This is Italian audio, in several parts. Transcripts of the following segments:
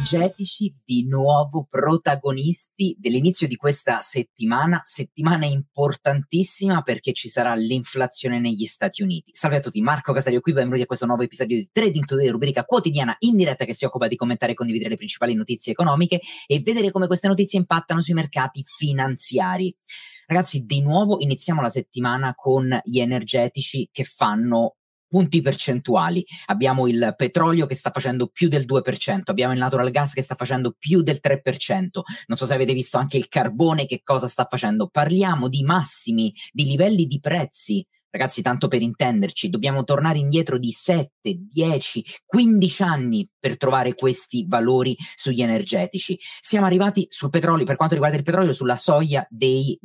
energetici di nuovo protagonisti dell'inizio di questa settimana importantissima perché ci sarà l'inflazione negli Stati Uniti. Salve a tutti, Marco Casario qui, benvenuti a questo nuovo episodio di Trading Today, rubrica quotidiana in diretta che si occupa di commentare e condividere le principali notizie economiche e vedere come queste notizie impattano sui mercati finanziari. Ragazzi, di nuovo iniziamo la settimana con gli energetici che fanno punti percentuali. Abbiamo il petrolio che sta facendo più del 2%, abbiamo il natural gas che sta facendo più del 3%. Non so se avete visto anche il carbone che cosa sta facendo. Parliamo di massimi, di livelli di prezzi. Ragazzi, tanto per intenderci, dobbiamo tornare indietro di 7, 10, 15 anni per trovare questi valori sugli energetici. Siamo arrivati sul petrolio, per quanto riguarda il petrolio, sulla soglia degli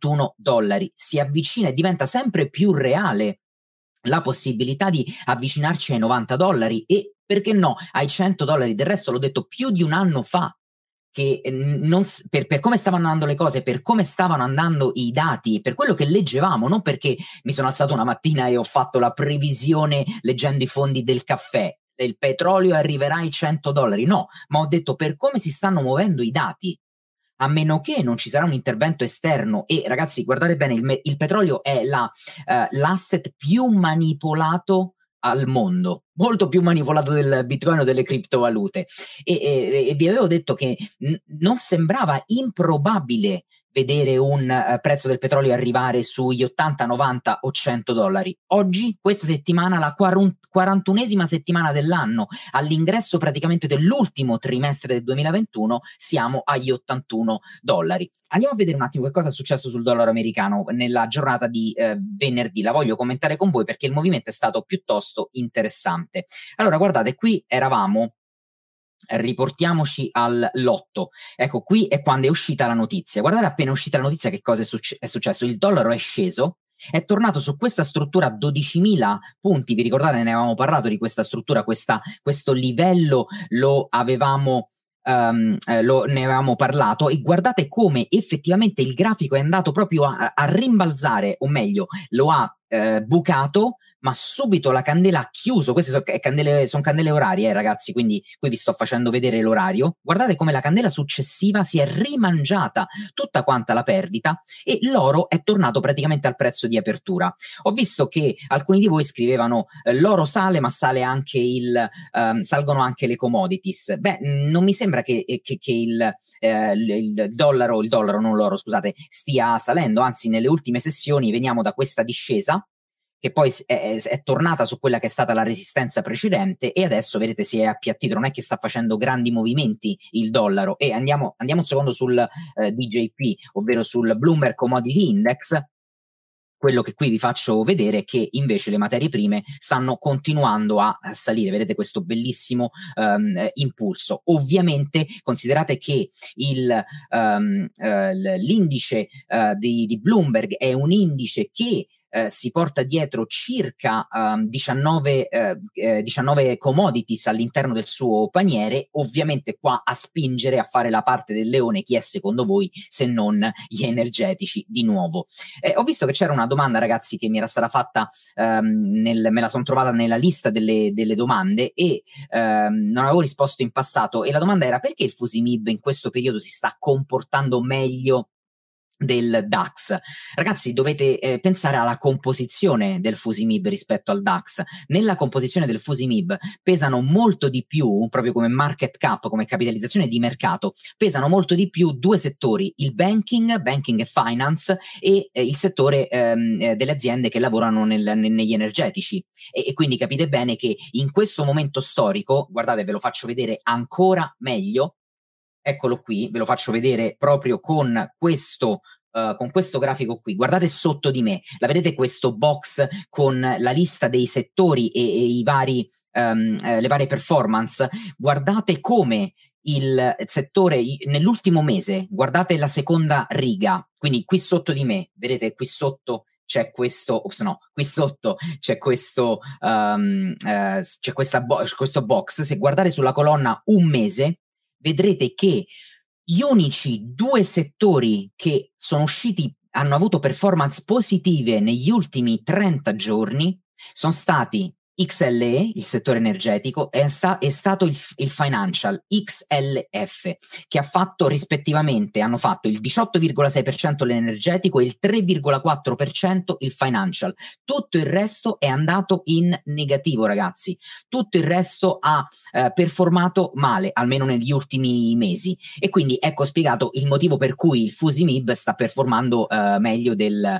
$81. Si avvicina e diventa sempre più reale la possibilità di avvicinarci ai $90 e, perché no, ai $100. Del resto l'ho detto più di un anno fa che per come stavano andando le cose, per come stavano andando i dati, per quello che leggevamo, non perché mi sono alzato una mattina e ho fatto la previsione leggendo i fondi del caffè, il petrolio arriverà ai $100, no, ma ho detto per come si stanno muovendo i dati, a meno che non ci sarà un intervento esterno. E ragazzi, guardate bene, il petrolio è l'asset più manipolato al mondo, molto più manipolato del Bitcoin o delle criptovalute, e vi avevo detto che non sembrava improbabile vedere un prezzo del petrolio arrivare sugli 80, 90 o $100. Oggi, questa settimana, la 41esima settimana dell'anno, all'ingresso praticamente dell'ultimo trimestre del 2021, siamo agli $81. Andiamo a vedere un attimo che cosa è successo sul dollaro americano nella giornata di venerdì. La voglio commentare con voi perché il movimento è stato piuttosto interessante. Allora, guardate, qui eravamo, riportiamoci al lotto. Ecco, qui è quando è uscita la notizia. Guardate, appena è uscita la notizia che cosa è successo. Il dollaro è sceso, è tornato su questa struttura a 12.000 punti. Vi ricordate, ne avevamo parlato di questa struttura, questo livello ne avevamo parlato, e guardate come effettivamente il grafico è andato proprio a rimbalzare, o meglio, lo ha bucato, ma subito la candela ha chiuso. Queste sono candele orarie, ragazzi, quindi qui vi sto facendo vedere l'orario. Guardate come la candela successiva si è rimangiata tutta quanta la perdita e l'oro è tornato praticamente al prezzo di apertura. Ho visto che alcuni di voi scrivevano l'oro sale, ma salgono anche le commodities. Beh, non mi sembra che il dollaro, non l'oro, scusate, stia salendo, anzi nelle ultime sessioni veniamo da questa discesa che poi è tornata su quella che è stata la resistenza precedente e adesso, vedete, si è appiattito. Non è che sta facendo grandi movimenti il dollaro. E andiamo un secondo sul DJP, ovvero sul Bloomberg Commodity Index. Quello che qui vi faccio vedere è che invece le materie prime stanno continuando a salire. Vedete questo bellissimo impulso. Ovviamente considerate che l'indice di Bloomberg è un indice che si porta dietro circa 19 commodities all'interno del suo paniere. Ovviamente qua a spingere, a fare la parte del leone, chi è secondo voi se non gli energetici di nuovo? Ho visto che c'era una domanda, ragazzi, che mi era stata fatta, me la sono trovata nella lista delle domande e non avevo risposto in passato, e la domanda era: perché il Fusimib in questo periodo si sta comportando meglio del DAX? Ragazzi, dovete pensare alla composizione del Fusimib rispetto al DAX. Nella composizione del Fusimib pesano molto di più, proprio come market cap, come capitalizzazione di mercato, pesano molto di più due settori: il banking e finance, e il settore delle aziende che lavorano negli energetici. E quindi capite bene che in questo momento storico, guardate, ve lo faccio vedere ancora meglio. Eccolo qui, ve lo faccio vedere proprio con questo grafico qui. Guardate sotto di me, la vedete questo box con la lista dei settori e i vari le varie performance? Guardate come il settore nell'ultimo mese, guardate la seconda riga, quindi qui sotto di me, vedete qui sotto c'è questo, qui sotto c'è questo questo box. Se guardate sulla colonna un mese, vedrete che gli unici due settori che sono usciti, hanno avuto performance positive negli ultimi 30 giorni, sono stati XLE, il settore energetico, è stato il financial XLF, che ha fatto rispettivamente, hanno fatto il 18,6% l'energetico e il 3,4% il financial. Tutto il resto è andato in negativo, ragazzi. Tutto il resto ha performato male, almeno negli ultimi mesi. E quindi ecco spiegato il motivo per cui il FTSE sta performando meglio del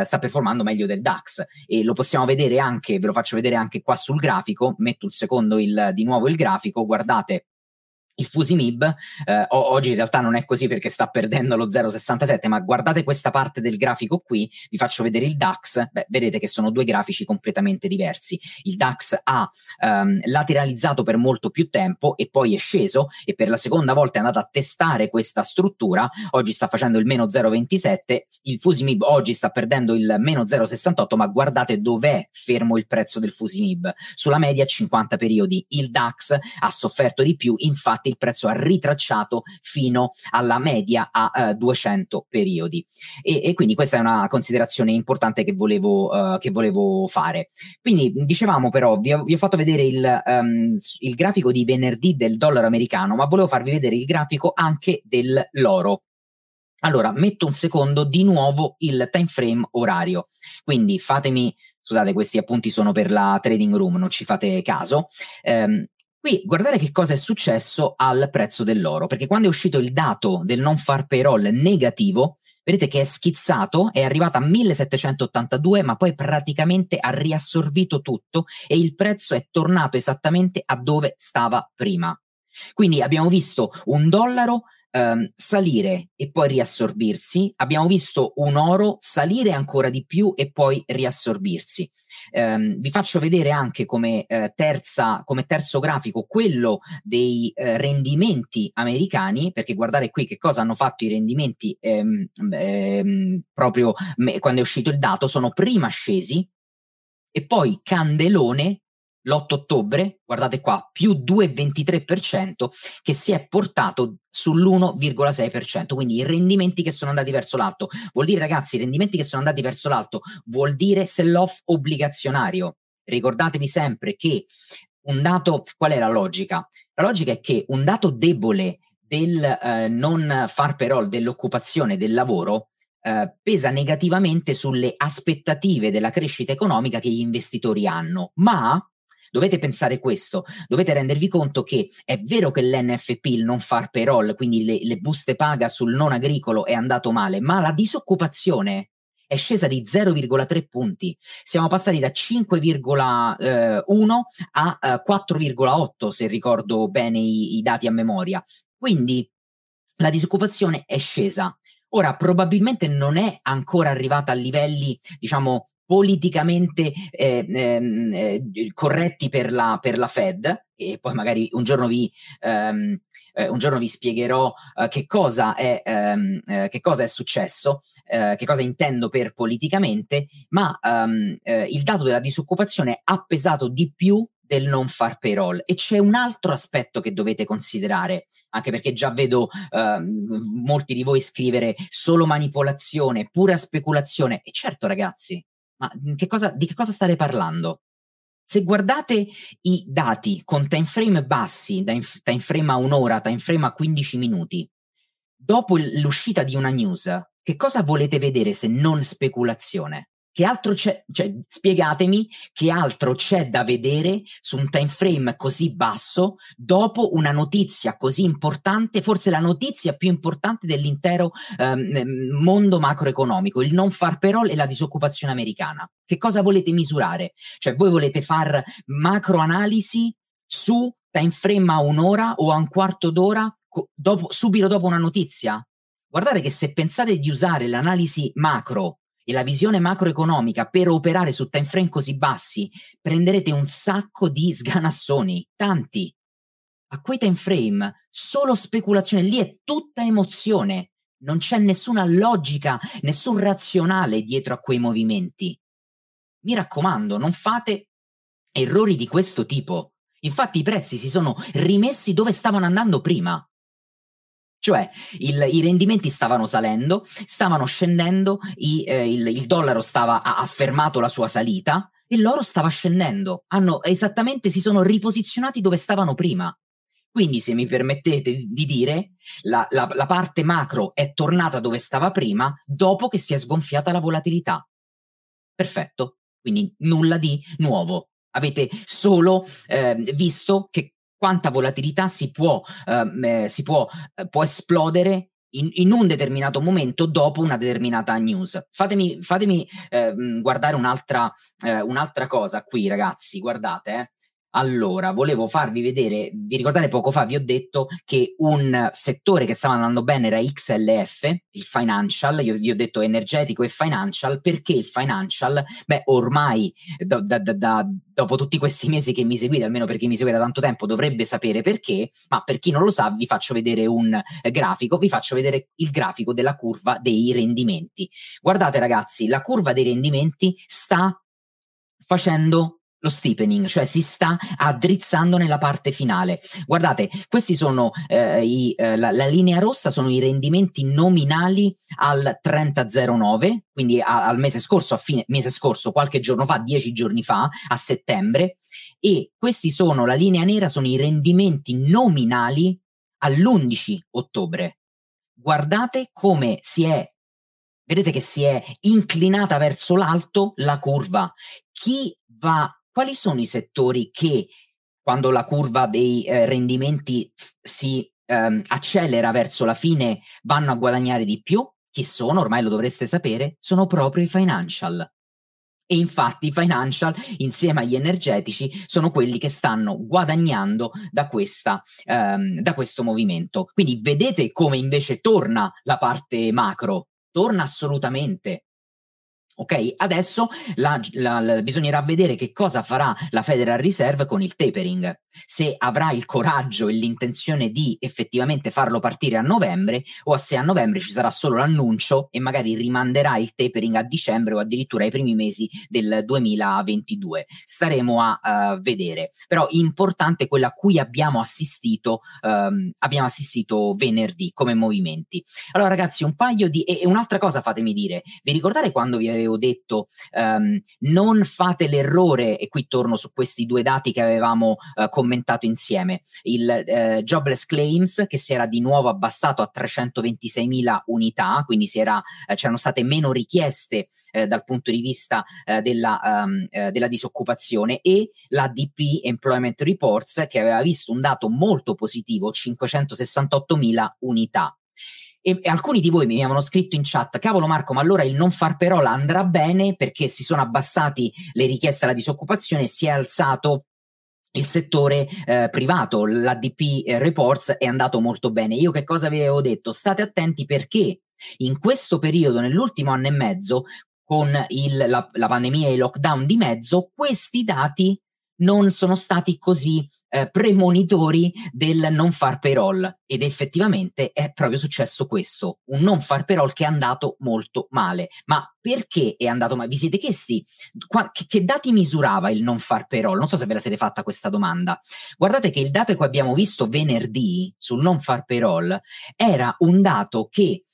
DAX, e lo possiamo vedere anche, ve lo faccio vedere anche qua sul grafico. Metto un secondo di nuovo il grafico, guardate. Il FTSE oggi in realtà non è così perché sta perdendo lo 0,67, ma guardate questa parte del grafico qui, vi faccio vedere il DAX. Vedete che sono due grafici completamente diversi. Il DAX ha lateralizzato per molto più tempo e poi è sceso, e per la seconda volta è andato a testare questa struttura. Oggi sta facendo il meno 0,27, il FTSE oggi sta perdendo il meno 0,68, ma guardate dov'è fermo il prezzo del FTSE sulla media 50 periodi. Il DAX ha sofferto di più, infatti il prezzo ha ritracciato fino alla media a 200 periodi, e quindi questa è una considerazione importante che volevo fare. Quindi dicevamo, però vi ho fatto vedere il grafico di venerdì del dollaro americano, ma volevo farvi vedere il grafico anche dell'oro. Allora, metto un secondo di nuovo il time frame orario, quindi scusate, questi appunti sono per la trading room, non ci fate caso. Qui guardate che cosa è successo al prezzo dell'oro, perché quando è uscito il dato del non farm payroll negativo, vedete che è schizzato, è arrivato a 1782, ma poi praticamente ha riassorbito tutto e il prezzo è tornato esattamente a dove stava prima. Quindi abbiamo visto un dollaro salire e poi riassorbirsi, abbiamo visto un oro salire ancora di più e poi riassorbirsi. Vi faccio vedere anche come terzo grafico quello dei rendimenti americani, perché guardate qui che cosa hanno fatto i rendimenti proprio quando è uscito il dato. Sono prima scesi e poi candelone l'8 ottobre, guardate qua, più 2,23%, che si è portato sull'1,6%, quindi i rendimenti che sono andati verso l'alto. Vuol dire, ragazzi, i rendimenti che sono andati verso l'alto vuol dire sell-off obbligazionario. Ricordatevi sempre che un dato, qual è la logica? La logica è che un dato debole del non farm payroll, dell'occupazione, del lavoro, pesa negativamente sulle aspettative della crescita economica che gli investitori hanno, ma dovete pensare questo, dovete rendervi conto che è vero che l'NFP, il non farm payroll, quindi le buste paga sul non agricolo, è andato male, ma la disoccupazione è scesa di 0,3 punti. Siamo passati da 5,1 a 4,8, se ricordo bene i dati a memoria. Quindi la disoccupazione è scesa. Ora, probabilmente non è ancora arrivata a livelli, diciamo, politicamente corretti per la Fed, e poi magari un giorno vi spiegherò che cosa è successo, che cosa intendo per politicamente, ma il dato della disoccupazione ha pesato di più del non far payroll. E c'è un altro aspetto che dovete considerare, anche perché già vedo molti di voi scrivere solo manipolazione, pura speculazione. E certo, ragazzi, ma di che cosa state parlando? Se guardate i dati con time frame bassi, time frame a un'ora, time frame a 15 minuti, dopo l'uscita di una news, che cosa volete vedere se non speculazione? Che altro c'è? Cioè, spiegatemi che altro c'è da vedere su un time frame così basso dopo una notizia così importante, forse la notizia più importante dell'intero mondo macroeconomico, il non farm payroll e la disoccupazione americana. Che cosa volete misurare? Cioè, voi volete far macroanalisi su time frame a un'ora o a un quarto d'ora subito dopo una notizia? Guardate che se pensate di usare l'analisi macro e la visione macroeconomica per operare su time frame così bassi, prenderete un sacco di sganassoni, tanti. A quei time frame solo speculazione, lì è tutta emozione, non c'è nessuna logica, nessun razionale dietro a quei movimenti. Mi raccomando, non fate errori di questo tipo. Infatti i prezzi si sono rimessi dove stavano andando prima. Cioè i rendimenti stavano salendo, stavano scendendo, il dollaro ha fermato la sua salita, e l'oro stava scendendo, si sono riposizionati dove stavano prima. Quindi, se mi permettete di dire, la parte macro è tornata dove stava prima dopo che si è sgonfiata la volatilità. Perfetto, quindi nulla di nuovo. Avete solo visto che quanta volatilità può esplodere in un determinato momento dopo una determinata news. Fatemi guardare un'altra cosa qui, ragazzi, guardate. Allora, volevo farvi vedere, vi ricordate poco fa vi ho detto che un settore che stava andando bene era XLF, il financial, io vi ho detto energetico e financial, perché il financial, ormai dopo tutti questi mesi che mi seguite, almeno per chi mi segue da tanto tempo, dovrebbe sapere perché, ma per chi non lo sa vi faccio vedere un grafico, vi faccio vedere il grafico della curva dei rendimenti. Guardate ragazzi, la curva dei rendimenti sta facendo lo steepening, cioè si sta addrizzando nella parte finale. Guardate, questi sono la linea rossa sono i rendimenti nominali al 30,09, quindi al mese scorso, a fine mese scorso, qualche giorno fa, 10 giorni fa, a settembre, e questi sono, la linea nera sono i rendimenti nominali all'11 ottobre. Guardate come vedete che si è inclinata verso l'alto la curva. Quali sono i settori che, quando la curva dei rendimenti si accelera verso la fine, vanno a guadagnare di più? Chi sono? Ormai lo dovreste sapere, sono proprio i financial. E infatti i financial, insieme agli energetici, sono quelli che stanno guadagnando da questo movimento. Quindi vedete come invece torna la parte macro, torna assolutamente. Ok, adesso bisognerà vedere che cosa farà la Federal Reserve con il tapering, se avrà il coraggio e l'intenzione di effettivamente farlo partire a novembre, o se a novembre ci sarà solo l'annuncio e magari rimanderà il tapering a dicembre o addirittura ai primi mesi del 2022. Staremo a vedere. Però importante quello a cui abbiamo assistito venerdì come movimenti. Allora ragazzi, e un'altra cosa fatemi dire, vi ricordate quando vi avevo detto non fate l'errore, e qui torno su questi due dati che avevamo commentato insieme, il jobless claims che si era di nuovo abbassato a 326.000 unità, quindi c'erano state meno richieste dal punto di vista della disoccupazione, e l'ADP Employment Reports che aveva visto un dato molto positivo, 568.000 unità. E alcuni di voi mi avevano scritto in chat: cavolo Marco, ma allora il non far parola andrà bene perché si sono abbassati le richieste alla disoccupazione e si è alzato il settore privato, l'ADP Reports è andato molto bene. Io che cosa vi avevo detto? State attenti, perché in questo periodo, nell'ultimo anno e mezzo, con la pandemia e i lockdown di mezzo, questi dati non sono stati così premonitori del non far payroll, ed effettivamente è proprio successo questo, un non far payroll che è andato molto male. Ma perché è andato male? Vi siete chiesti che dati misurava il non far payroll? Non so se ve la siete fatta questa domanda. Guardate che il dato che abbiamo visto venerdì sul non far payroll era un dato che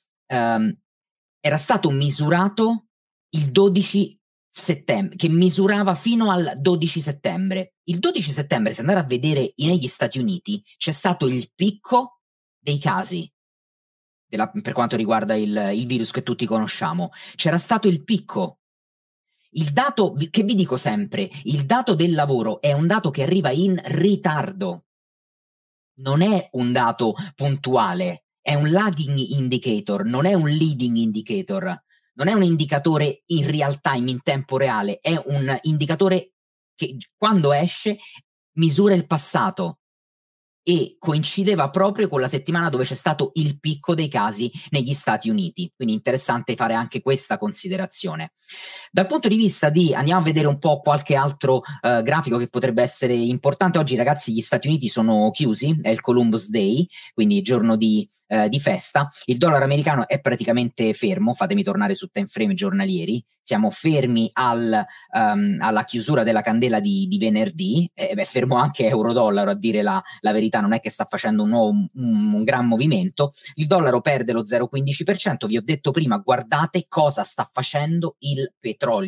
era stato misurato il 12 settembre, che misurava fino al 12 settembre. Il 12 settembre, se andate a vedere negli Stati Uniti, c'è stato il picco dei casi per quanto riguarda il virus che tutti conosciamo. C'era stato il picco. Il dato, che vi dico sempre, il dato del lavoro è un dato che arriva in ritardo. Non è un dato puntuale, è un lagging indicator, non è un leading indicator. Non è un indicatore in real time, in tempo reale, è un indicatore che quando esce misura il passato, e coincideva proprio con la settimana dove c'è stato il picco dei casi negli Stati Uniti. Quindi interessante fare anche questa considerazione. Dal punto di vista andiamo a vedere un po' qualche altro grafico che potrebbe essere importante. Oggi ragazzi gli Stati Uniti sono chiusi, è il Columbus Day, quindi giorno di festa. Il dollaro americano è praticamente fermo, fatemi tornare su time frame giornalieri, siamo fermi alla chiusura della candela di venerdì, fermo anche euro-dollaro, a dire la verità, non è che sta facendo un gran movimento. Il dollaro perde lo 0,15%, vi ho detto prima, guardate cosa sta facendo il petrolio.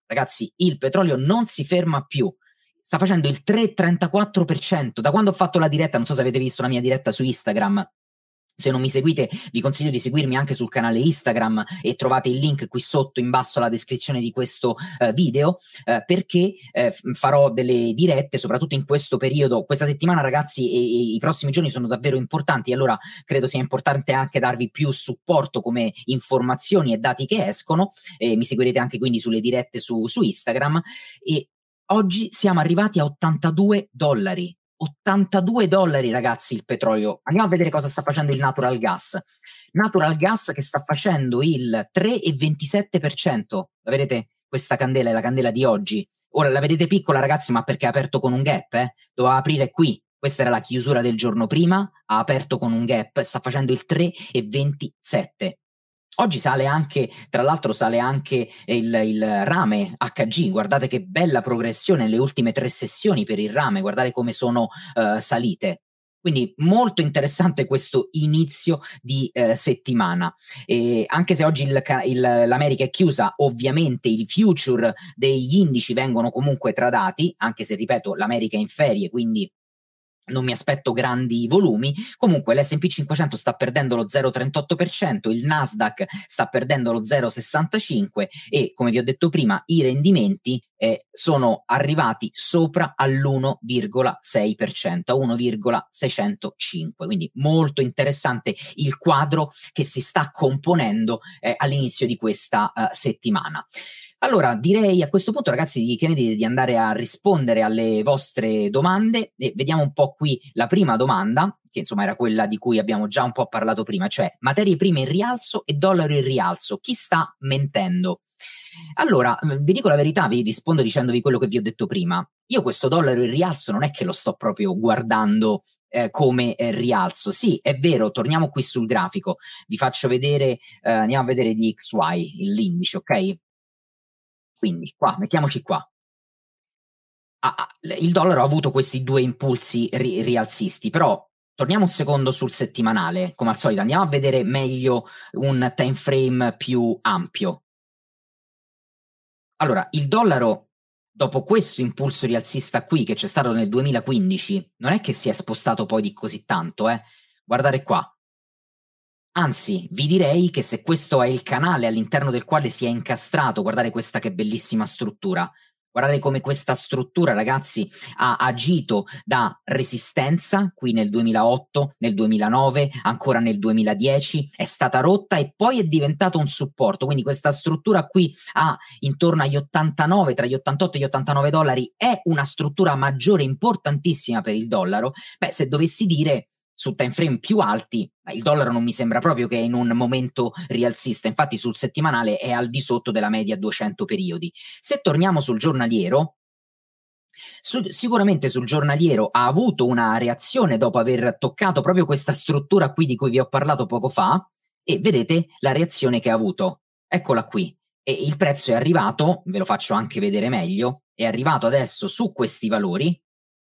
ragazzi, il petrolio non si ferma più. Sta facendo il 3,34%. Da quando ho fatto la diretta, non so se avete visto la mia diretta su Instagram, se non mi seguite vi consiglio di seguirmi anche sul canale Instagram e trovate il link qui sotto in basso alla descrizione di questo video, perché farò delle dirette soprattutto in questo periodo. Questa settimana, ragazzi, e i prossimi giorni sono davvero importanti, allora credo sia importante anche darvi più supporto come informazioni e dati che escono. Mi seguirete anche quindi sulle dirette su Instagram. E oggi siamo arrivati a $82. $82, ragazzi, il petrolio. Andiamo a vedere cosa sta facendo il natural gas. Natural gas che sta facendo il 3,27%. La vedete? Questa candela è la candela di oggi. Ora la vedete piccola, ragazzi, ma perché è aperto con un gap, Doveva aprire qui. Questa era la chiusura del giorno prima, ha aperto con un gap, sta facendo il 3,27. Oggi sale anche, tra l'altro sale anche il rame HG, guardate che bella progressione nelle ultime 3 sessioni per il rame, guardate come sono salite. Quindi molto interessante questo inizio di settimana. E anche se oggi l'America è chiusa, ovviamente i future degli indici vengono comunque tradati, anche se ripeto l'America è in ferie, quindi non mi aspetto grandi volumi. Comunque l'S&P 500 sta perdendo lo 0,38%, il Nasdaq sta perdendo lo 0,65% e, come vi ho detto prima, i rendimenti sono arrivati sopra all'1,6%, a 1,605. Quindi molto interessante il quadro che si sta componendo all'inizio di questa settimana. Allora, direi a questo punto, ragazzi, che ne dite di andare a rispondere alle vostre domande e vediamo un po' qui la prima domanda, che insomma era quella di cui abbiamo già un po' parlato prima, cioè materie prime in rialzo e dollaro in rialzo. Chi sta mentendo? Allora, vi dico la verità, vi rispondo dicendovi quello che vi ho detto prima. Io questo dollaro in rialzo non è che lo sto proprio guardando come rialzo. Sì, è vero, torniamo qui sul grafico, vi faccio vedere, andiamo a vedere di XY, l'indice, ok? Quindi qua, mettiamoci qua. Il dollaro ha avuto questi 2 impulsi rialzisti, però torniamo un secondo sul settimanale, come al solito, andiamo a vedere meglio un time frame più ampio. Allora, il dollaro, dopo questo impulso rialzista qui che c'è stato nel 2015, non è che si è spostato poi di così tanto, Guardate qua. Anzi, vi direi che se questo è il canale all'interno del quale si è incastrato, guardate questa che bellissima struttura. Guardate come questa struttura, ragazzi, ha agito da resistenza qui nel 2008, nel 2009, ancora nel 2010, è stata rotta e poi è diventato un supporto. Quindi questa struttura qui ha intorno agli 89, tra gli 88 e gli 89 dollari, è una struttura maggiore, importantissima per il dollaro. Beh, se dovessi dire su time frame più alti, il dollaro non mi sembra proprio che è in un momento rialzista, infatti sul settimanale è al di sotto della media 200 periodi. Se torniamo sul giornaliero, sicuramente sul giornaliero ha avuto una reazione dopo aver toccato proprio questa struttura qui di cui vi ho parlato poco fa, e vedete la reazione che ha avuto. Eccola qui. E il prezzo è arrivato, ve lo faccio anche vedere meglio, è arrivato adesso su questi valori,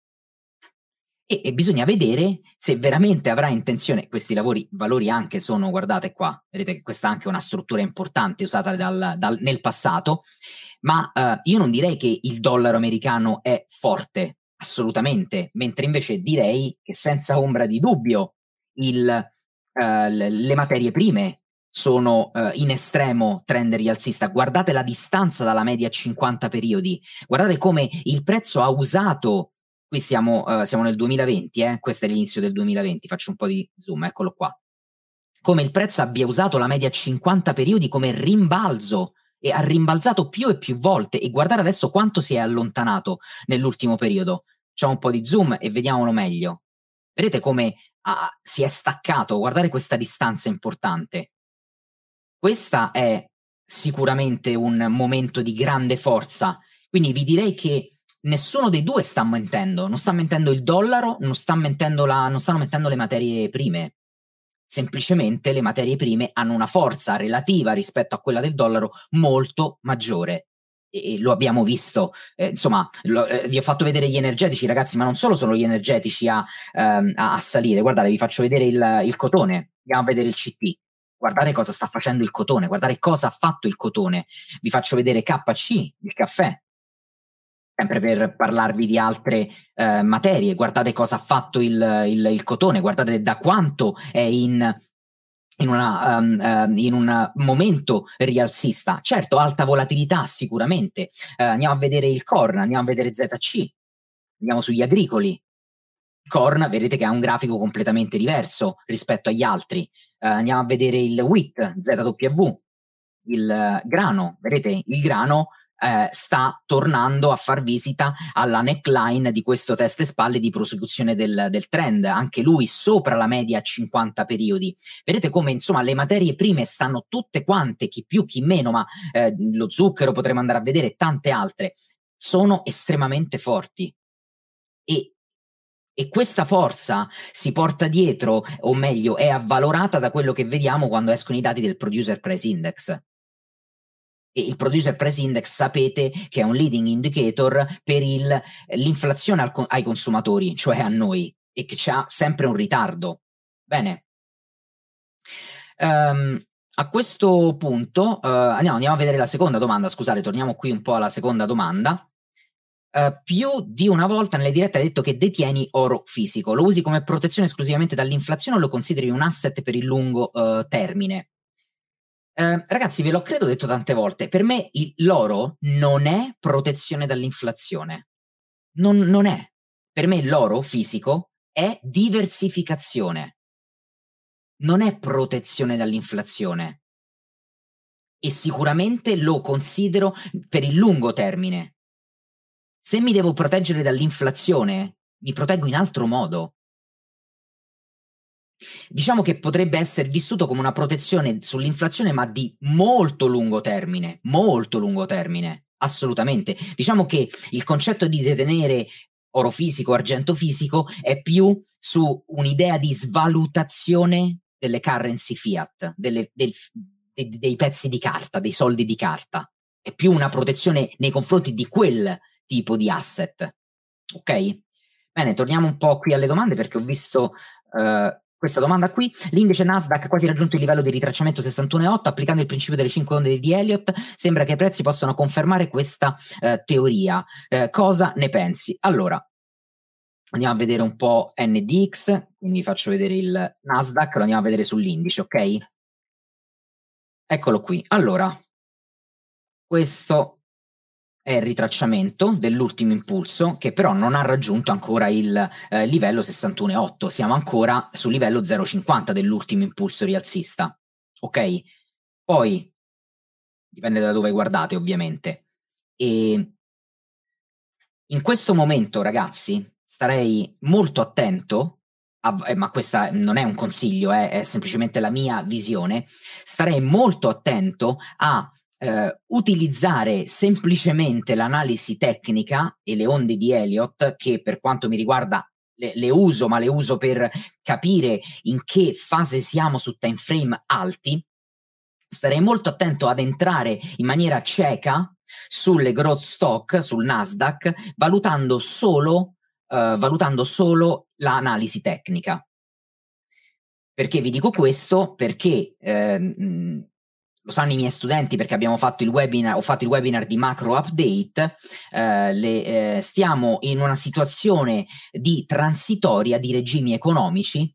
e bisogna vedere se veramente avrà intenzione. Questi valori anche sono, guardate qua, vedete che questa è anche una struttura importante usata nel passato, ma io non direi che il dollaro americano è forte, assolutamente, mentre invece direi che senza ombra di dubbio le materie prime sono in estremo trend rialzista. Guardate la distanza dalla media 50 periodi, guardate come il prezzo ha usato. Qui siamo nel 2020, questo è l'inizio del 2020, faccio un po' di zoom, eccolo qua. Come il prezzo abbia usato la media 50 periodi come rimbalzo e ha rimbalzato più e più volte, e guardate adesso quanto si è allontanato nell'ultimo periodo. Facciamo un po' di zoom e vediamolo meglio. Vedete come si è staccato, guardate questa distanza importante. Questa è sicuramente un momento di grande forza, quindi vi direi che nessuno dei due sta mentendo, non sta mentendo il dollaro, non stanno mentendo le materie prime. Semplicemente le materie prime hanno una forza relativa rispetto a quella del dollaro molto maggiore. E lo abbiamo visto, insomma, vi ho fatto vedere gli energetici, ragazzi, ma non solo sono gli energetici a salire. Guardate, vi faccio vedere il cotone, andiamo a vedere il CT. guardate cosa sta facendo il cotone, guardate cosa ha fatto il cotone. Vi faccio vedere KC, il caffè, sempre per parlarvi di altre materie. Guardate cosa ha fatto il cotone, guardate da quanto è in un momento rialzista. Certo, alta volatilità sicuramente. Andiamo a vedere il corn, andiamo a vedere ZC, andiamo sugli agricoli. Corn, vedete che ha un grafico completamente diverso rispetto agli altri. Andiamo a vedere il wheat, ZW, il grano, vedete, il grano sta tornando a far visita alla neckline di questo testa e spalle di prosecuzione del trend, anche lui sopra la media a 50 periodi. Vedete come insomma le materie prime stanno tutte quante, chi più chi meno, ma lo zucchero potremmo andare a vedere, tante altre, sono estremamente forti. E questa forza si porta dietro, o meglio, è avvalorata da quello che vediamo quando escono i dati del Producer Price Index. E il Producer Price Index sapete che è un leading indicator per l'inflazione ai consumatori, cioè a noi, e che c'ha sempre un ritardo. Bene. A questo punto andiamo a vedere la seconda domanda. Scusate, torniamo qui un po' alla seconda domanda. Più di una volta nelle dirette hai detto che detieni oro fisico. Lo usi come protezione esclusivamente dall'inflazione o lo consideri un asset per il lungo termine? Ragazzi, ve l'ho credo detto tante volte, per me l'oro non è protezione dall'inflazione. Non è. Per me l'oro fisico è diversificazione. Non è protezione dall'inflazione. E sicuramente lo considero per il lungo termine. Se mi devo proteggere dall'inflazione, mi proteggo in altro modo. Diciamo che potrebbe essere vissuto come una protezione sull'inflazione, ma di molto lungo termine, assolutamente. Diciamo che il concetto di detenere oro fisico, argento fisico, è più su un'idea di svalutazione delle currency fiat, dei pezzi di carta, dei soldi di carta. È più una protezione nei confronti di quel tipo di asset. Ok? Bene, torniamo un po' qui alle domande perché ho visto questa domanda qui. L'indice Nasdaq ha quasi raggiunto il livello di ritracciamento 61,8, applicando il principio delle 5 onde di Elliott. Sembra che i prezzi possano confermare questa teoria. Cosa ne pensi? Allora, andiamo a vedere un po' NDX, quindi faccio vedere il Nasdaq, lo andiamo a vedere sull'indice, ok? Eccolo qui. Allora, questo è il ritracciamento dell'ultimo impulso, che però non ha raggiunto ancora il livello 61,8, siamo ancora sul livello 0,50 dell'ultimo impulso rialzista, ok? Poi, dipende da dove guardate ovviamente, e in questo momento ragazzi starei molto attento, ma questa non è un consiglio, è semplicemente la mia visione, starei molto attento a utilizzare semplicemente l'analisi tecnica e le onde di Elliott, che per quanto mi riguarda le uso, ma le uso per capire in che fase siamo su time frame alti. Starei molto attento ad entrare in maniera cieca sulle growth stock, sul Nasdaq, valutando solo l'analisi tecnica. Perché vi dico questo? Perché lo sanno i miei studenti, perché abbiamo fatto il webinar, ho fatto il webinar di macro update, stiamo in una situazione di transitoria di regimi economici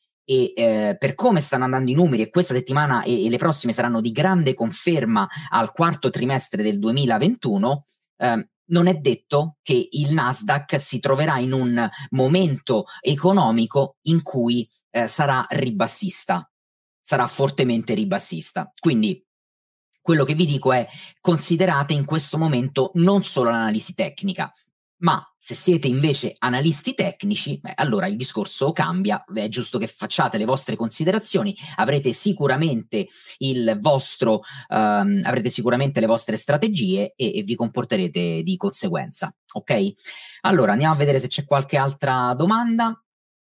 e per come stanno andando i numeri, e questa settimana e le prossime saranno di grande conferma al quarto trimestre del 2021, non è detto che il Nasdaq si troverà in un momento economico in cui sarà ribassista, sarà fortemente ribassista. Quindi quello che vi dico è: considerate in questo momento non solo l'analisi tecnica, ma se siete invece analisti tecnici, allora il discorso cambia, è giusto che facciate le vostre considerazioni, avrete sicuramente avrete sicuramente le vostre strategie e vi comporterete di conseguenza, ok? Allora, andiamo a vedere se c'è qualche altra domanda.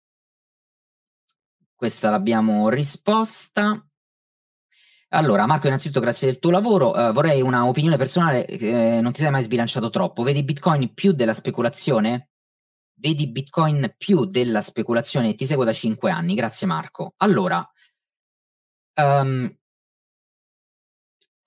Questa l'abbiamo risposta. Allora, Marco, innanzitutto grazie del tuo lavoro. Vorrei una opinione personale, non ti sei mai sbilanciato troppo. Vedi Bitcoin più della speculazione? Vedi Bitcoin più della speculazione? Ti seguo da 5 anni, grazie Marco. Allora,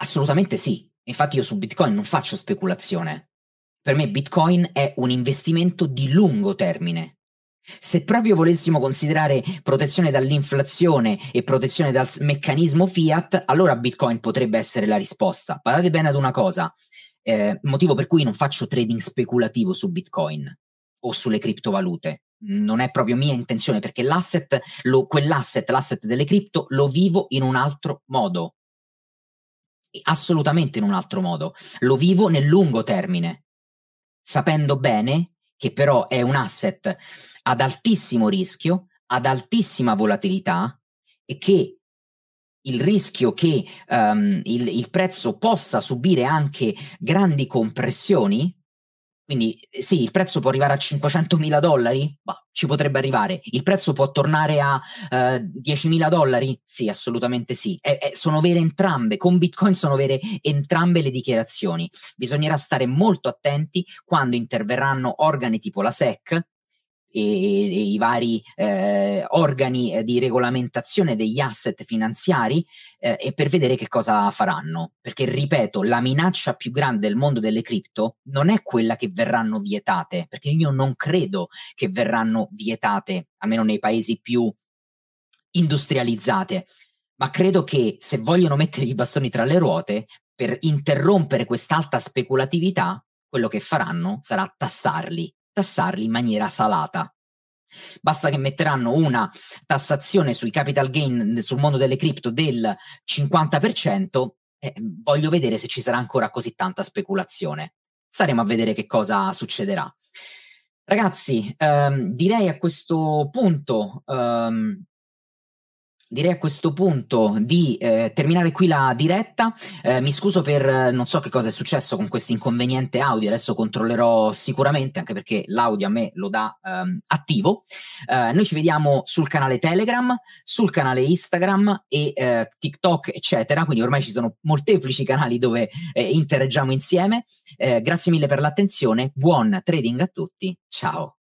Assolutamente sì. Infatti io su Bitcoin non faccio speculazione. Per me Bitcoin è un investimento di lungo termine. Se proprio volessimo considerare protezione dall'inflazione e protezione dal meccanismo fiat, allora Bitcoin potrebbe essere la risposta. Badate bene ad una cosa, motivo per cui non faccio trading speculativo su Bitcoin o sulle criptovalute. Non è proprio mia intenzione, perché l'asset delle cripto, lo vivo in un altro modo. Assolutamente in un altro modo. Lo vivo nel lungo termine, sapendo bene che però è un asset ad altissimo rischio, ad altissima volatilità, e che il rischio che il prezzo possa subire anche grandi compressioni, quindi sì, il prezzo può arrivare a $500.000? Bah, ci potrebbe arrivare. Il prezzo può tornare a $10.000? Sì, assolutamente sì. Sono vere entrambe, con Bitcoin sono vere entrambe le dichiarazioni. Bisognerà stare molto attenti quando interverranno organi tipo la SEC e i vari organi di regolamentazione degli asset finanziari, e per vedere che cosa faranno. Perché, ripeto, la minaccia più grande del mondo delle cripto non è quella che verranno vietate, perché io non credo che verranno vietate, almeno nei paesi più industrializzate, ma credo che se vogliono mettere i bastoni tra le ruote per interrompere quest'alta speculatività, quello che faranno sarà tassarli in maniera salata. Basta che metteranno una tassazione sui capital gain sul mondo delle cripto del 50%, voglio vedere se ci sarà ancora così tanta speculazione. Staremo a vedere che cosa succederà. Ragazzi, direi a questo punto di terminare qui la diretta. Mi scuso per non so che cosa è successo con questo inconveniente audio, adesso controllerò sicuramente, anche perché l'audio a me lo dà attivo. Noi ci vediamo sul canale Telegram, sul canale Instagram e TikTok, eccetera, quindi ormai ci sono molteplici canali dove interagiamo insieme. Grazie mille per l'attenzione, buon trading a tutti, ciao!